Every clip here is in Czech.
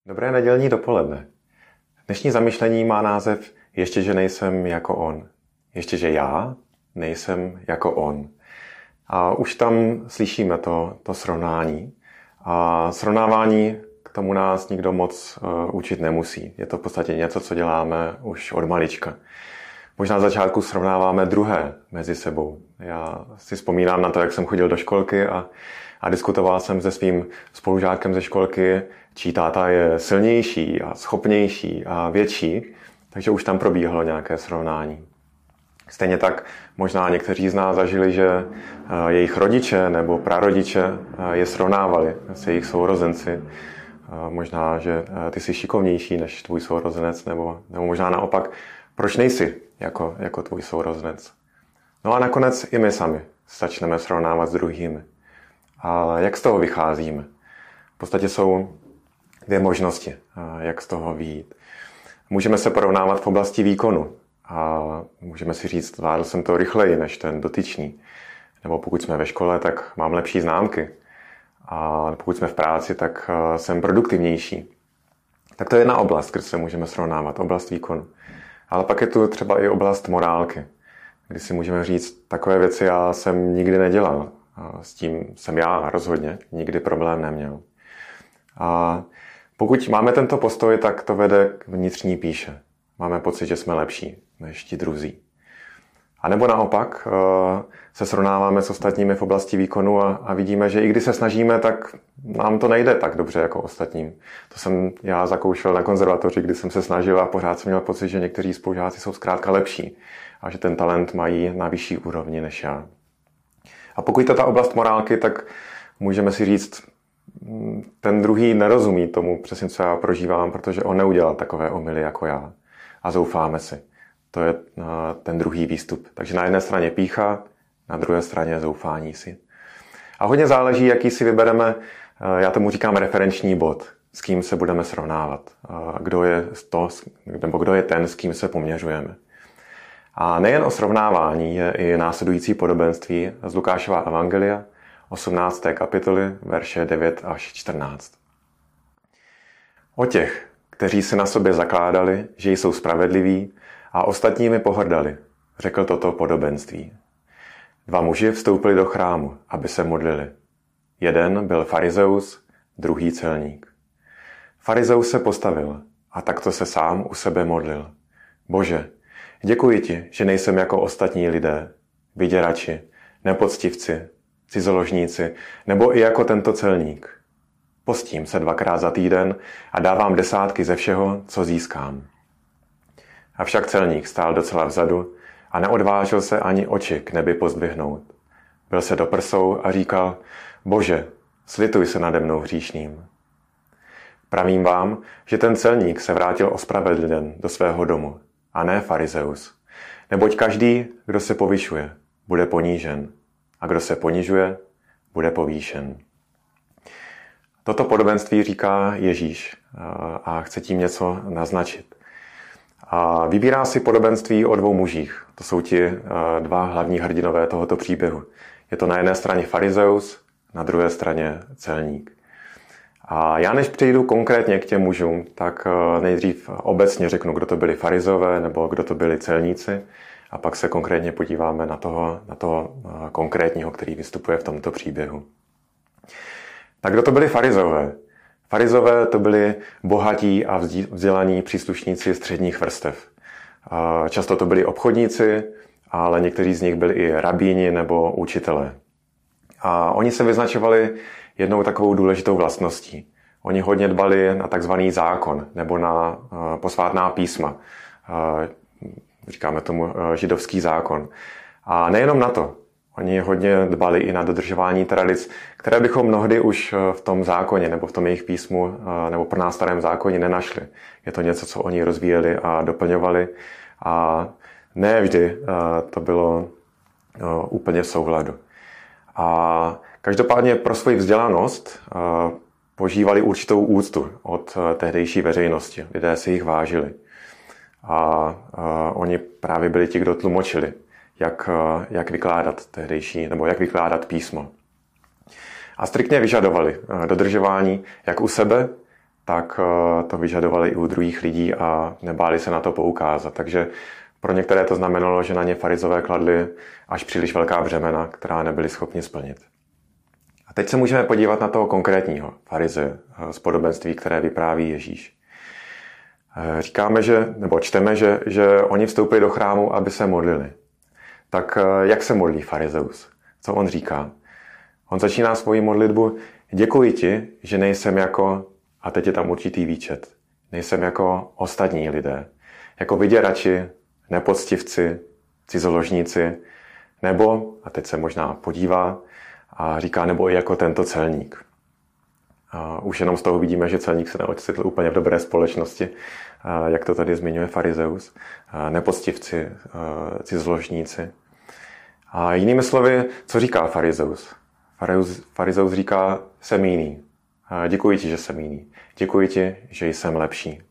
Dobré nedělní dopoledne. Dnešní zamyšlení má název Ještě, že nejsem jako on. Ještě, že já nejsem jako on. A už tam slyšíme to srovnání. A srovnávání k tomu nás nikdo moc učit nemusí. Je to v podstatě něco, co děláme už od malička. Možná na začátku srovnáváme druhé mezi sebou. Já si vzpomínám na to, jak jsem chodil do školky a diskutoval jsem se svým spolužákem ze školky, čí táta je silnější a schopnější a větší, takže už tam probíhalo nějaké srovnání. Stejně tak možná někteří z nás zažili, že jejich rodiče nebo prarodiče je srovnávali s jejich sourozenci. Možná, že ty jsi šikovnější než tvůj sourozenec, nebo možná naopak, proč nejsi jako tvůj sourozenec. No a nakonec i my sami začneme srovnávat s druhými. A jak z toho vycházíme? V podstatě jsou dvě možnosti, jak z toho vyjít. Můžeme se porovnávat v oblasti výkonu a můžeme si říct, zvládl jsem to rychleji než ten dotyčný. Nebo pokud jsme ve škole, tak mám lepší známky. A pokud jsme v práci, tak jsem produktivnější. Tak to je jedna oblast, kde se můžeme srovnávat, oblast výkonu. Ale pak je tu třeba i oblast morálky, kdy si můžeme říct, takové věci já jsem nikdy nedělal. A s tím jsem já rozhodně nikdy problém neměl. A pokud máme tento postoj, tak to vede k vnitřní pýše. Máme pocit, že jsme lepší než ti druzí. A nebo naopak se srovnáváme s ostatními v oblasti výkonu a vidíme, že i když se snažíme, tak nám to nejde tak dobře jako ostatním. To jsem já zakoušel na konzervatoři, kdy jsem se snažil a pořád jsem měl pocit, že někteří spolužáci jsou zkrátka lepší a že ten talent mají na vyšší úrovni než já. A pokud je ta oblast morálky, tak můžeme si říct, ten druhý nerozumí tomu přesně, co já prožívám, protože on neudělal takové omyly jako já. A zoufáme si. To je ten druhý výstup. Takže na jedné straně pýcha, na druhé straně zoufání si. A hodně záleží, jaký si vybereme, já tomu říkám referenční bod, s kým se budeme srovnávat. Kdo je ten, s kým se poměřujeme. A nejen o srovnávání je i následující podobenství z Lukášova evangelia, 18. kapitoly, verše 9 až 14. O těch, kteří si na sobě zakládali, že jsou spravedliví a ostatními pohrdali, řekl toto podobenství. 2 muži vstoupili do chrámu, aby se modlili. Jeden byl farizeus, druhý celník. Farizeus se postavil a takto se sám u sebe modlil. Bože, děkuji ti, že nejsem jako ostatní lidé, vyděrači, nepoctivci, cizoložníci, nebo i jako tento celník. Postím se 2krát za týden a dávám 10 ze všeho, co získám. Avšak celník stál docela vzadu a neodvážil se ani oči k nebi pozdvihnout. Byl se do prsou a říkal, Bože, slituj se nade mnou hříšným. Pravím vám, že ten celník se vrátil ospravedlněn do svého domu, a ne farizeus. Neboť každý, kdo se povyšuje, bude ponížen, a kdo se ponižuje, bude povýšen. Toto podobenství říká Ježíš a chce tím něco naznačit. A vybírá si podobenství o 2 mužích. To jsou ti 2 hlavní hrdinové tohoto příběhu. Je to na jedné straně farizeus, na druhé straně celník. A já než přejdu konkrétně k těm mužům, tak nejdřív obecně řeknu, kdo to byli farizové nebo kdo to byli celníci. A pak se konkrétně podíváme na toho konkrétního, který vystupuje v tomto příběhu. Tak kdo to byli farizové? Farizové to byli bohatí a vzdělaní příslušníci středních vrstev. Často to byli obchodníci, ale někteří z nich byli i rabíni nebo učitelé. A oni se vyznačovali jednou takovou důležitou vlastností. Oni hodně dbali na takzvaný zákon nebo na posvátná písma. Říkáme tomu židovský zákon. A nejenom na to. Oni hodně dbali i na dodržování tradic, které bychom mnohdy už v tom zákoně nebo v tom jejich písmu nebo pro nás starém zákoně nenašli. Je to něco, co oni rozvíjeli a doplňovali a ne vždy to bylo úplně v souladu. A každopádně pro svoji vzdělanost požívali určitou úctu od tehdejší veřejnosti. Lidé si jich vážili. A oni právě byli ti, kdo tlumočili, jak vykládat tehdejší, nebo jak vykládat písmo. A striktně vyžadovali dodržování jak u sebe, tak to vyžadovali i u druhých lidí a nebáli se na to poukázat. Takže pro některé to znamenalo, že na ně farizové kladli až příliš velká břemena, která nebyli schopni splnit. A teď se můžeme podívat na toho konkrétního farize z podobenství, které vypráví Ježíš. Říkáme, nebo čteme, že oni vstoupili do chrámu, aby se modlili. Tak jak se modlí farizeus? Co on říká? On začíná svoji modlitbu: děkuji ti, že nejsem jako, a teď je tam určitý výčet, nejsem jako ostatní lidé, jako vyděrači, nepoctivci, cizoložníci, nebo, a teď se možná podívá a říká, nebo i jako tento celník. Už jenom z toho vidíme, že celník se neocitl úplně v dobré společnosti, jak to tady zmiňuje farizeus, nepoctivci, cizoložníci. A jinými slovy, co říká farizeus? Farizeus říká, jsem jiný. Děkuji ti, že jsem jiný. Děkuji ti, že jsem lepší.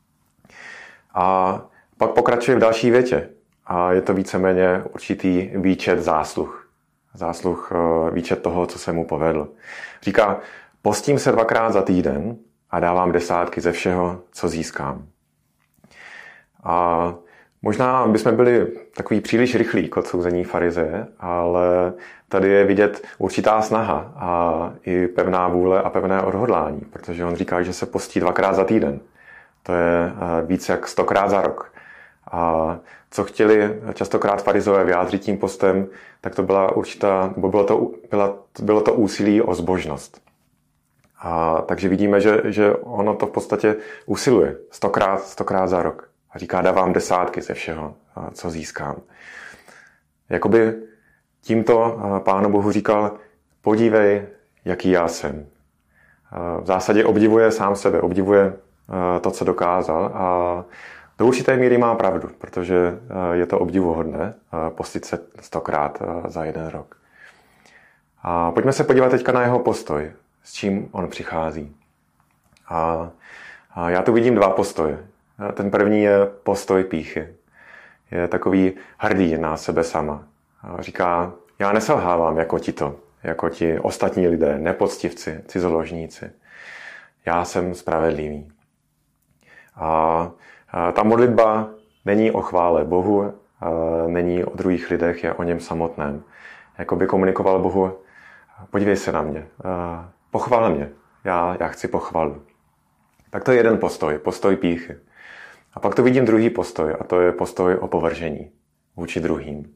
A pak pokračuje v další větě. A je to víceméně určitý výčet zásluh. Výčet toho, co se mu povedl. Říká, postím se 2krát za týden a dávám 10 ze všeho, co získám. A možná bychom byli takový příliš rychlí k odsouzení farizeje, ale tady je vidět určitá snaha a i pevná vůle a pevné odhodlání, protože on říká, že se postí 2krát za týden. To je víc jak 100krát za rok. A co chtěli častokrát farizové vyjádřit tím postem, tak to byla bylo to úsilí o zbožnost. A takže vidíme, že ono to v podstatě usiluje 100krát za rok. A říká, dávám 10 ze všeho, co získám. Jakoby tímto Pánu Bohu říkal, podívej, jaký já jsem. V zásadě obdivuje sám sebe, obdivuje to, co dokázal, a do určité míry má pravdu, protože je to obdivuhodné postit se 100krát za jeden rok. A pojďme se podívat teďka na jeho postoj, s čím on přichází. A já tu vidím 2 postoje. Ten první je postoj pýchy. Je takový hrdý na sebe sama. Říká, já neselhávám jako ti ostatní lidé, nepoctivci, cizoložníci. Já jsem spravedlivý. A ta modlitba není o chvále Bohu, není o druhých lidech, je o něm samotném. Jakoby komunikoval Bohu, podívej se na mě, pochvál mě, já chci pochvalu. Tak to je jeden postoj pýchy. A pak to vidím druhý postoj, a to je postoj opovržení vůči druhým.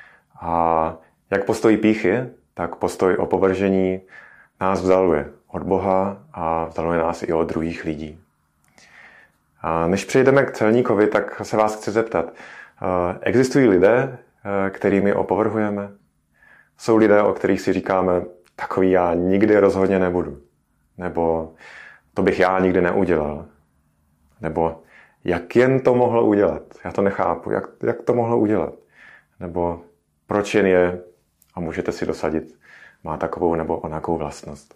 A jak postoj pýchy, tak postoj opovržení nás vzdaluje od Boha a vzdaluje nás i od druhých lidí. A než přejdeme k celníkovi, tak se vás chci zeptat. Existují lidé, kterými opovrhujeme? Jsou lidé, o kterých si říkáme, takový já nikdy rozhodně nebudu. Nebo to bych já nikdy neudělal. Nebo jak jen to mohl udělat? Já to nechápu. Jak to mohlo udělat? Nebo proč jen je, a můžete si dosadit, má takovou nebo onakou vlastnost.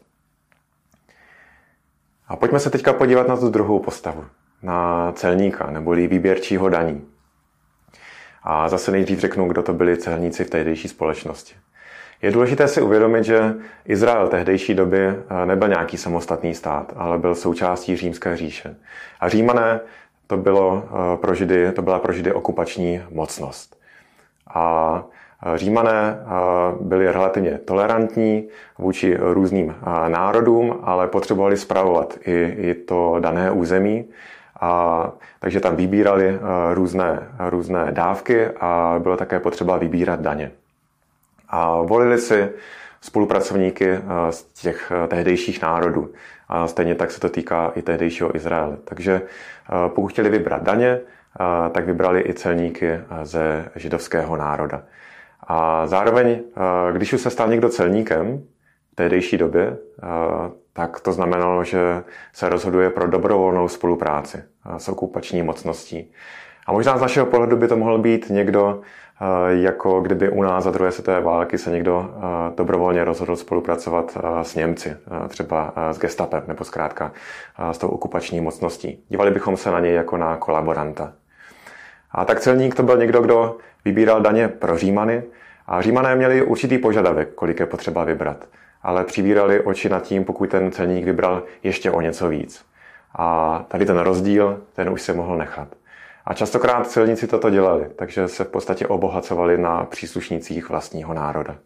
A pojďme se teďka podívat na tu druhou postavu. Na celníka, neboli výběrčího daní. A zase nejdřív řeknu, kdo to byli celníci v tehdejší společnosti. Je důležité si uvědomit, že Izrael tehdejší doby nebyl nějaký samostatný stát, ale byl součástí římské říše. A Římané to byla pro Židy okupační mocnost. A Římané byli relativně tolerantní vůči různým národům, ale potřebovali spravovat i to dané území. Takže tam vybírali různé dávky a bylo také potřeba vybírat daně. A volili si spolupracovníky z těch tehdejších národů. A stejně tak se to týká i tehdejšího Izraele. Takže pokud chtěli vybrat daně, tak vybrali i celníky ze židovského národa. A zároveň, když už se stal někdo celníkem v tehdejší době, tak to znamenalo, že se rozhoduje pro dobrovolnou spolupráci s okupační mocností. A možná z našeho pohledu by to mohl být někdo, jako kdyby u nás za druhé světové války se někdo dobrovolně rozhodl spolupracovat s Němci, třeba s Gestapem, nebo zkrátka s tou okupační mocností. Dívali bychom se na něj jako na kolaboranta. A tak celník to byl někdo, kdo vybíral daně pro Římany, a Římané měli určitý požadavek, kolik je potřeba vybrat, ale přivírali oči nad tím, pokud ten celník vybral ještě o něco víc. A tady ten rozdíl, ten už se mohl nechat. A častokrát celníci toto dělali, takže se v podstatě obohacovali na příslušnících vlastního národa.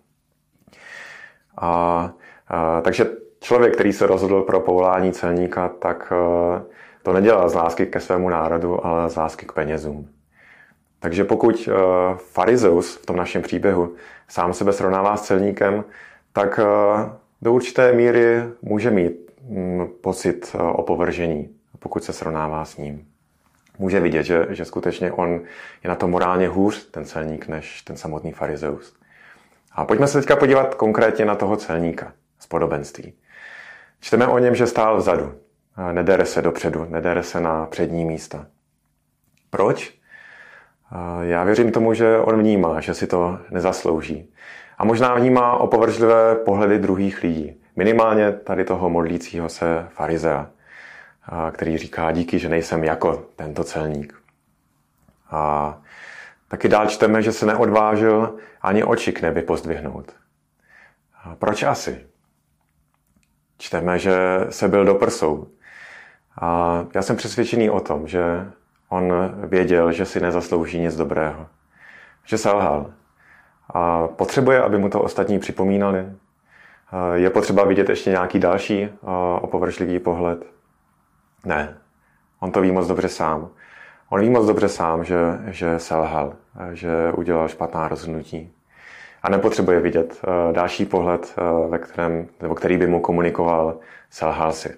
Takže člověk, který se rozhodl pro povolání celníka, tak to nedělal z lásky ke svému národu, ale z lásky k penězům. Takže pokud farizeus v tom našem příběhu sám sebe srovnává s celníkem, tak do určité míry může mít pocit opovržení, pokud se srovnává s ním. Může vidět, že skutečně on je na to morálně hůř, ten celník, než ten samotný farizeus. A pojďme se teďka podívat konkrétně na toho celníka z podobenství. Čteme o něm, že stál vzadu. Nedere se dopředu, nedere se na přední místa. Proč? Já věřím tomu, že on vnímá, že si to nezaslouží. A možná vnímá opovržlivé pohledy druhých lidí. Minimálně tady toho modlícího se farizea, který říká díky, že nejsem jako tento celník. A taky dál čteme, že se neodvážil ani oči k nebi pozdvihnout. A proč asi? Čteme, že se byl do prsou. A já jsem přesvědčený o tom, že on věděl, že si nezaslouží nic dobrého. Že selhal. A potřebuje, aby mu to ostatní připomínali. Je potřeba vidět ještě nějaký další opovržlivý pohled? Ne. On to ví moc dobře sám. On ví moc dobře sám, že selhal, že udělal špatná rozhodnutí. A nepotřebuje vidět další pohled, který by mu komunikoval, selhal si.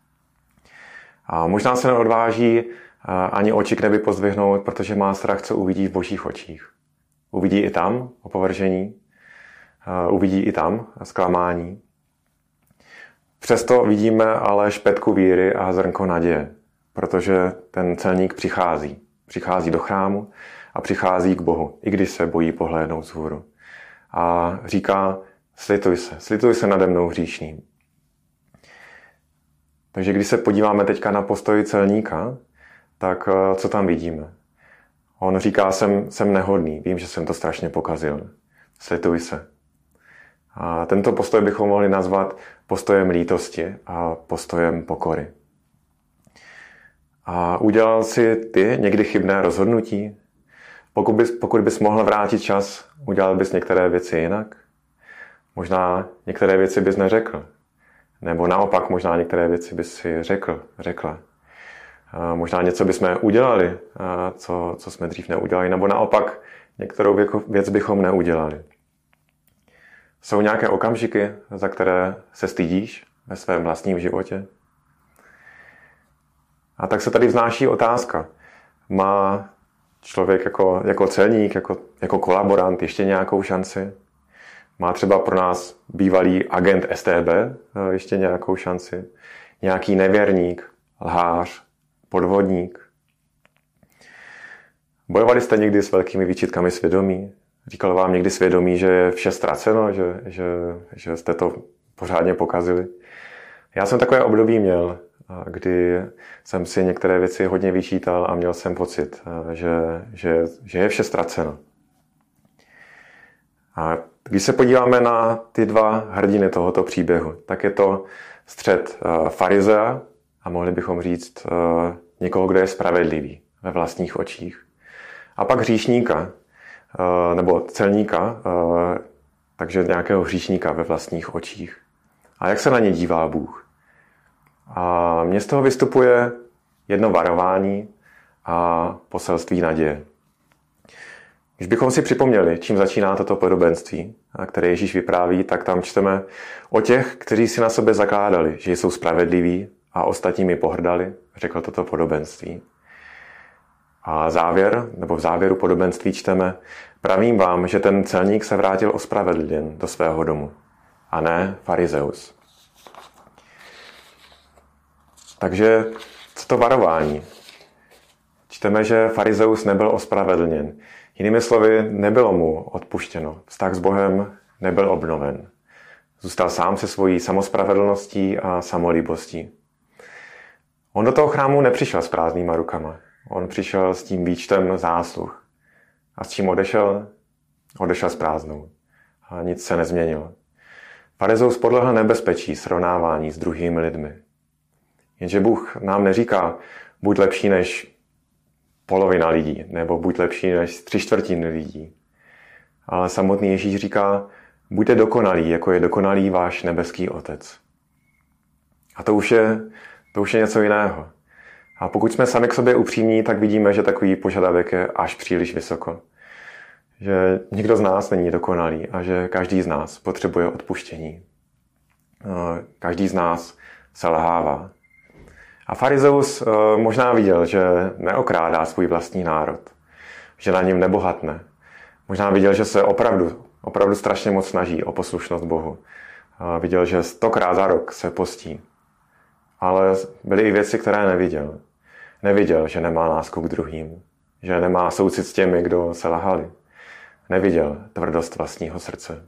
A možná se neodváží ani oči k nebi pozdvihnout, protože má strach, co uvidí v božích očích. Uvidí i tam opovržení, uvidí i tam zklamání. Přesto vidíme ale špetku víry a zrnko naděje, protože ten celník přichází. Přichází do chrámu a přichází k Bohu, i když se bojí pohlédnout vzhůru. A říká, slituj se nade mnou hříšným. Takže když se podíváme teďka na postoj celníka, tak co tam vidíme? On říká, jsem nehodný, vím, že jsem to strašně pokazil. Slituj se. A tento postoj bychom mohli nazvat postojem lítosti a postojem pokory. A udělal si ty někdy chybné rozhodnutí? Pokud bys mohl vrátit čas, udělal bys některé věci jinak? Možná některé věci bys neřekl. Nebo naopak možná některé věci bys si řekla. Možná něco bychom udělali, co jsme dřív neudělali, nebo naopak některou věc bychom neudělali. Jsou nějaké okamžiky, za které se stydíš ve svém vlastním životě? A tak se tady vznáší otázka. Má člověk jako celník, jako kolaborant ještě nějakou šanci? Má třeba pro nás bývalý agent STB ještě nějakou šanci? Nějaký nevěrník, lhář, podvodník? Bojovali jste někdy s velkými výčitkami svědomí? Říkal vám někdy svědomí, že je vše ztraceno, že jste to pořádně pokazili? Já jsem takové období měl, kdy jsem si některé věci hodně vyčítal a měl jsem pocit, že je vše ztraceno. A když se podíváme na ty dva hrdiny tohoto příběhu, tak je to střed farizea a mohli bychom říct někoho, kdo je spravedlivý ve vlastních očích. A pak hříšníka, nebo celníka, takže nějakého hříšníka ve vlastních očích. A jak se na ně dívá Bůh? A mně z toho vystupuje jedno varování a poselství naděje. Když bychom si připomněli, čím začíná toto podobenství, které Ježíš vypráví, tak tam čteme o těch, kteří si na sebe zakládali, že jsou spravedliví a ostatními pohrdali, řekl toto podobenství. A v závěru podobenství čteme, pravím vám, že ten celník se vrátil ospravedlněn do svého domu, a ne farizeus. Takže co to varování? Čteme, že farizeus nebyl ospravedlněn. Jinými slovy, nebylo mu odpuštěno. Vztah s Bohem nebyl obnoven. Zůstal sám se svojí samospravedlností a samolíbostí. On do toho chrámu nepřišel s prázdnýma rukama. On přišel s tím výčtem zásluh. A s čím odešel? Odešel s prázdnou. A nic se nezměnilo. Farizeus podlehl nebezpečí srovnávání s druhými lidmi. Jenže Bůh nám neříká, buď lepší než polovina lidí, nebo buď lepší než 3/4 lidí. Ale samotný Ježíš říká, buďte dokonalí, jako je dokonalý váš nebeský Otec. A to už je něco jiného. A pokud jsme sami k sobě upřímní, tak vidíme, že takový požadavek je až příliš vysoko. Že nikdo z nás není dokonalý a že každý z nás potřebuje odpuštění. Každý z nás selhává. A farizeus možná viděl, že neokrádá svůj vlastní národ, že na něm nebohatne. Možná viděl, že se opravdu strašně moc snaží o poslušnost Bohu. Viděl, že 100krát za rok se postí. Ale byly i věci, které neviděl. Neviděl, že nemá lásku k druhým, že nemá soucit s těmi, kdo se lahali. Neviděl tvrdost vlastního srdce.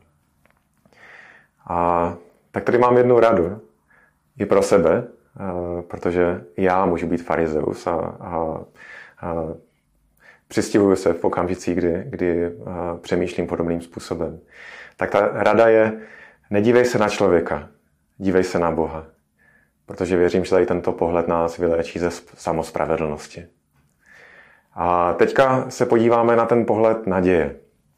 A tak tady mám jednu radu i pro sebe, protože já můžu být farizeus a přistihuju se v okamžicích, kdy přemýšlím podobným způsobem. Tak ta rada je, nedívej se na člověka, dívej se na Boha. Protože věřím, že tady tento pohled nás vyléčí ze samospravedlnosti. A teďka se podíváme na ten pohled naděje.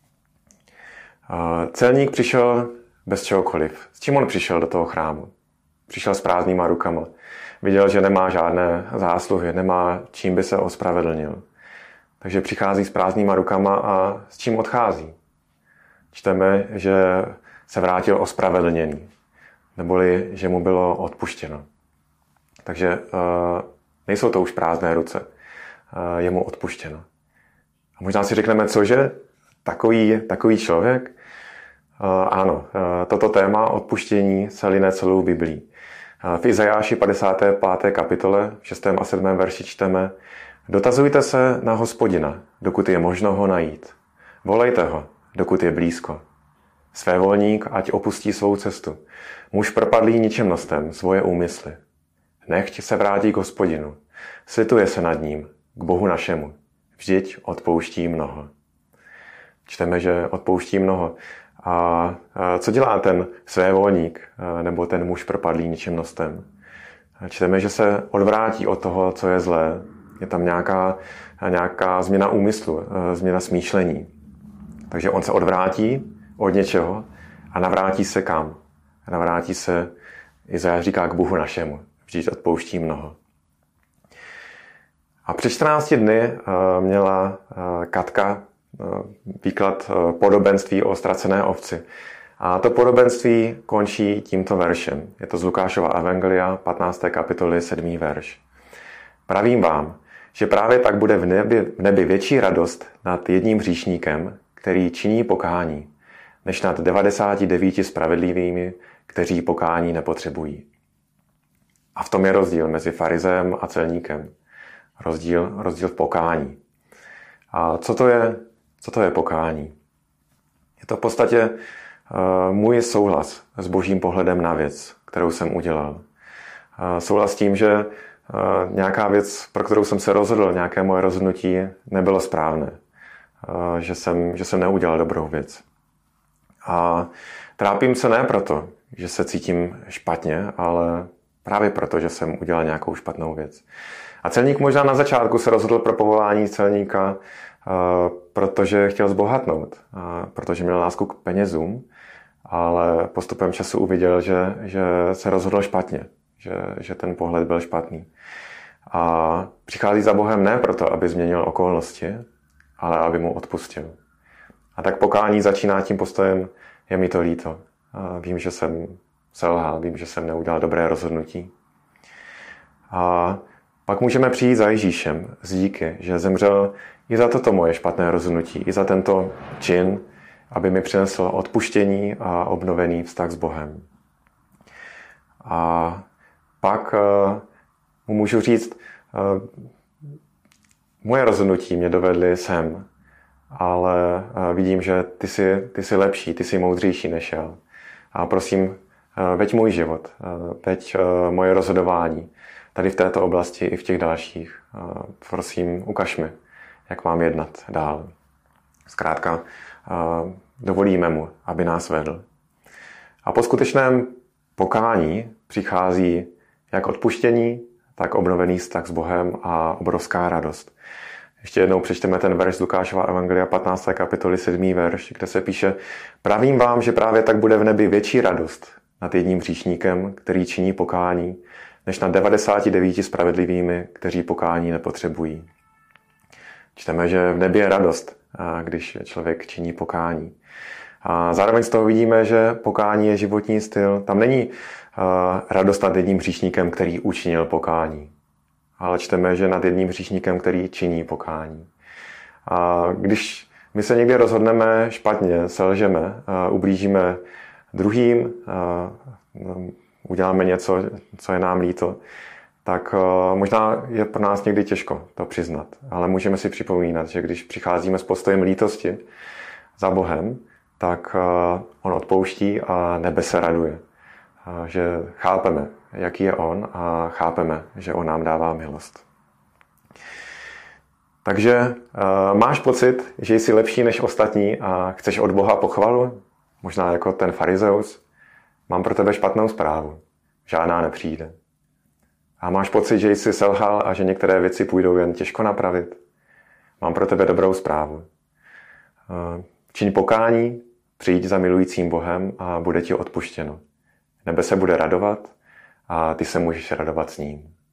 Celník přišel bez čehokoliv. S čím on přišel do toho chrámu? Přišel s prázdnýma rukama. Viděl, že nemá žádné zásluhy, nemá čím by se ospravedlnil. Takže přichází s prázdnýma rukama a s čím odchází? Čteme, že se vrátil ospravedlněný, neboli že mu bylo odpuštěno. Takže nejsou to už prázdné ruce, je mu odpuštěno. A možná si řekneme, cože? Takový člověk? Ano, toto téma odpuštění se line celou Biblí. V Izajáši 55. kapitole, v 6. a 7. verši čteme: Dotazujte se na Hospodina, dokud je možno ho najít. Volejte ho, dokud je blízko. Svévolník, ať opustí svou cestu. Muž propadlý ničemnostem svoje úmysly. Nechť se vrátí k Hospodinu. Slituje se nad ním, k Bohu našemu. Vždyť odpouští mnoho. Čteme, že odpouští mnoho. A co dělá ten svévolník, nebo ten muž propadlý ničemnostem? Čteme, že se odvrátí od toho, co je zlé. Je tam nějaká změna úmyslu, změna smýšlení. Takže on se odvrátí od něčeho a navrátí se kam? Navrátí se, Izajáš říká, k Bohu našemu. Vždyť odpouští mnoho. A před 14 dny měla Katka výklad podobenství o ztracené ovci. A to podobenství končí tímto veršem. Je to z Lukášova evangelia, 15. kapitoly, 7. verš. Pravím vám, že právě tak bude v nebi větší radost nad jedním hříšníkem, který činí pokání, než nad 99 spravedlivými, kteří pokání nepotřebují. A v tom je rozdíl mezi farizeem a celníkem. Rozdíl v pokání. A co to je pokání? Je to v podstatě můj souhlas s božím pohledem na věc, kterou jsem udělal. Souhlas s tím, že nějaká věc, pro kterou jsem se rozhodl, nějaké moje rozhodnutí nebylo správné. Že jsem neudělal dobrou věc. A trápím se ne proto, že se cítím špatně, ale právě proto, že jsem udělal nějakou špatnou věc. A celník možná na začátku se rozhodl pro povolání celníka, protože chtěl zbohatnout, protože měl lásku k penězům, ale postupem času uviděl, že se rozhodl špatně, že ten pohled byl špatný. A přichází za Bohem ne proto, aby změnil okolnosti, ale aby mu odpustil. A tak pokání začíná tím postojem: je mi to líto. Vím, že jsem selhal, vím, že jsem neudělal dobré rozhodnutí. A pak můžeme přijít za Ježíšem s díky, že zemřel i za toto moje špatné rozhodnutí, i za tento čin, aby mi přinesl odpuštění a obnovený vztah s Bohem. A pak mu můžu říct, moje rozhodnutí mě dovedly sem, ale vidím, že ty jsi lepší, ty jsi moudřejší než já. A prosím, veď můj život, veď moje rozhodování tady v této oblasti i v těch dalších. Prosím, ukaž mi, jak mám jednat dál. Zkrátka, dovolíme mu, aby nás vedl. A po skutečném pokání přichází jak odpuštění, tak obnovený vztah s Bohem a obrovská radost. Ještě jednou přečteme ten verš z Lukášova evangelia 15. kapitoly 7. verš, kde se píše: Pravím vám, že právě tak bude v nebi větší radost nad jedním hříšníkem, který činí pokání, než nad 99 spravedlivými, kteří pokání nepotřebují. Čteme, že v nebi je radost, když člověk činí pokání. A zároveň z toho vidíme, že pokání je životní styl. Tam není radost nad jedním hříšníkem, který učinil pokání. Ale čteme, že nad jedním hříšníkem, který činí pokání. A když my se někdy rozhodneme špatně, selžeme, ublížíme druhým, uděláme něco, co je nám líto, tak možná je pro nás někdy těžko to přiznat. Ale můžeme si připomínat, že když přicházíme s postojem lítosti za Bohem, tak on odpouští a nebe se raduje. Že chápeme, jaký je on, a chápeme, že on nám dává milost. Takže máš pocit, že jsi lepší než ostatní a chceš od Boha pochvalu? Možná jako ten farizeus? Mám pro tebe špatnou zprávu. Žádná nepřijde. A máš pocit, že jsi selhal a že některé věci půjdou jen těžko napravit? Mám pro tebe dobrou zprávu. Čiň pokání, přijď za milujícím Bohem a bude ti odpuštěno. Nebe se bude radovat a ty se můžeš radovat s ním.